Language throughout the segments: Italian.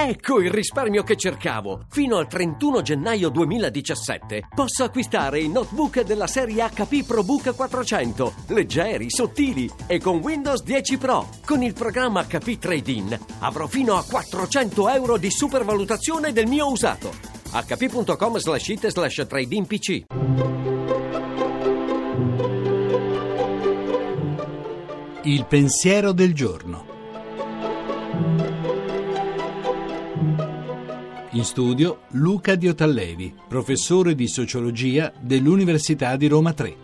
Ecco il risparmio che cercavo! Fino al 31 gennaio 2017 posso acquistare i notebook della serie HP ProBook 400, leggeri, sottili e con Windows 10 Pro. Con il programma HP Trade-in avrò fino a 400 euro di supervalutazione del mio usato. hp.com/it/trade-in-pc. Il pensiero del giorno. In studio Luca Diotallevi, professore di sociologia dell'Università di Roma 3.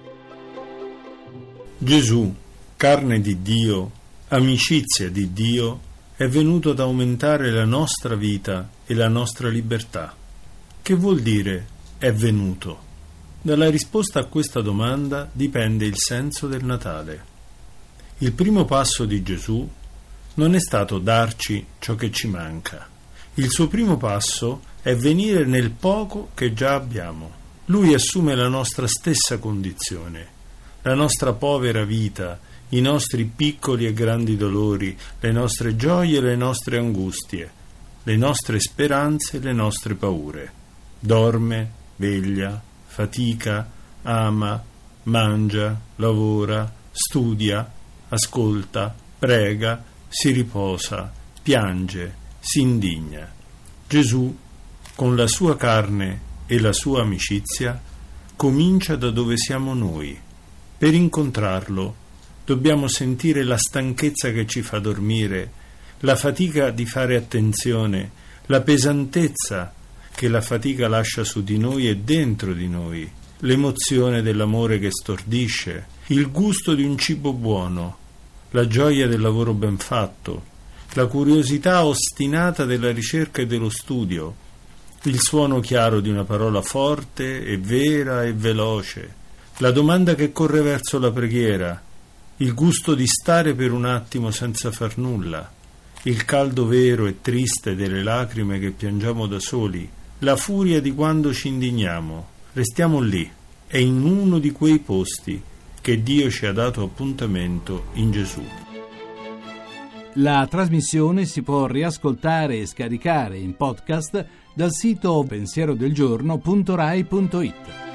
Gesù, carne di Dio, amicizia di Dio, è venuto ad aumentare la nostra vita e la nostra libertà. Che vuol dire è venuto? Dalla risposta a questa domanda dipende il senso del Natale. Il primo passo di Gesù non è stato darci ciò che ci manca. Il suo primo passo è venire nel poco che già abbiamo. Lui assume la nostra stessa condizione, la nostra povera vita, i nostri piccoli e grandi dolori, le nostre gioie e le nostre angustie, le nostre speranze e le nostre paure. Dorme, veglia, fatica, ama, mangia, lavora, studia, ascolta, prega, si riposa, piange, si indigna. Gesù, con la sua carne e la sua amicizia, comincia da dove siamo noi. Per incontrarlo dobbiamo sentire la stanchezza che ci fa dormire, la fatica di fare attenzione, la pesantezza che la fatica lascia su di noi e dentro di noi, l'emozione dell'amore che stordisce, il gusto di un cibo buono, la gioia del lavoro ben fatto, la curiosità ostinata della ricerca e dello studio, il suono chiaro di una parola forte e vera e veloce, la domanda che corre verso la preghiera, il gusto di stare per un attimo senza far nulla, il caldo vero e triste delle lacrime che piangiamo da soli, la furia di quando ci indigniamo. Restiamo lì, è in uno di quei posti che Dio ci ha dato appuntamento in Gesù. La trasmissione si può riascoltare e scaricare in podcast dal sito pensierodelgiorno.rai.it.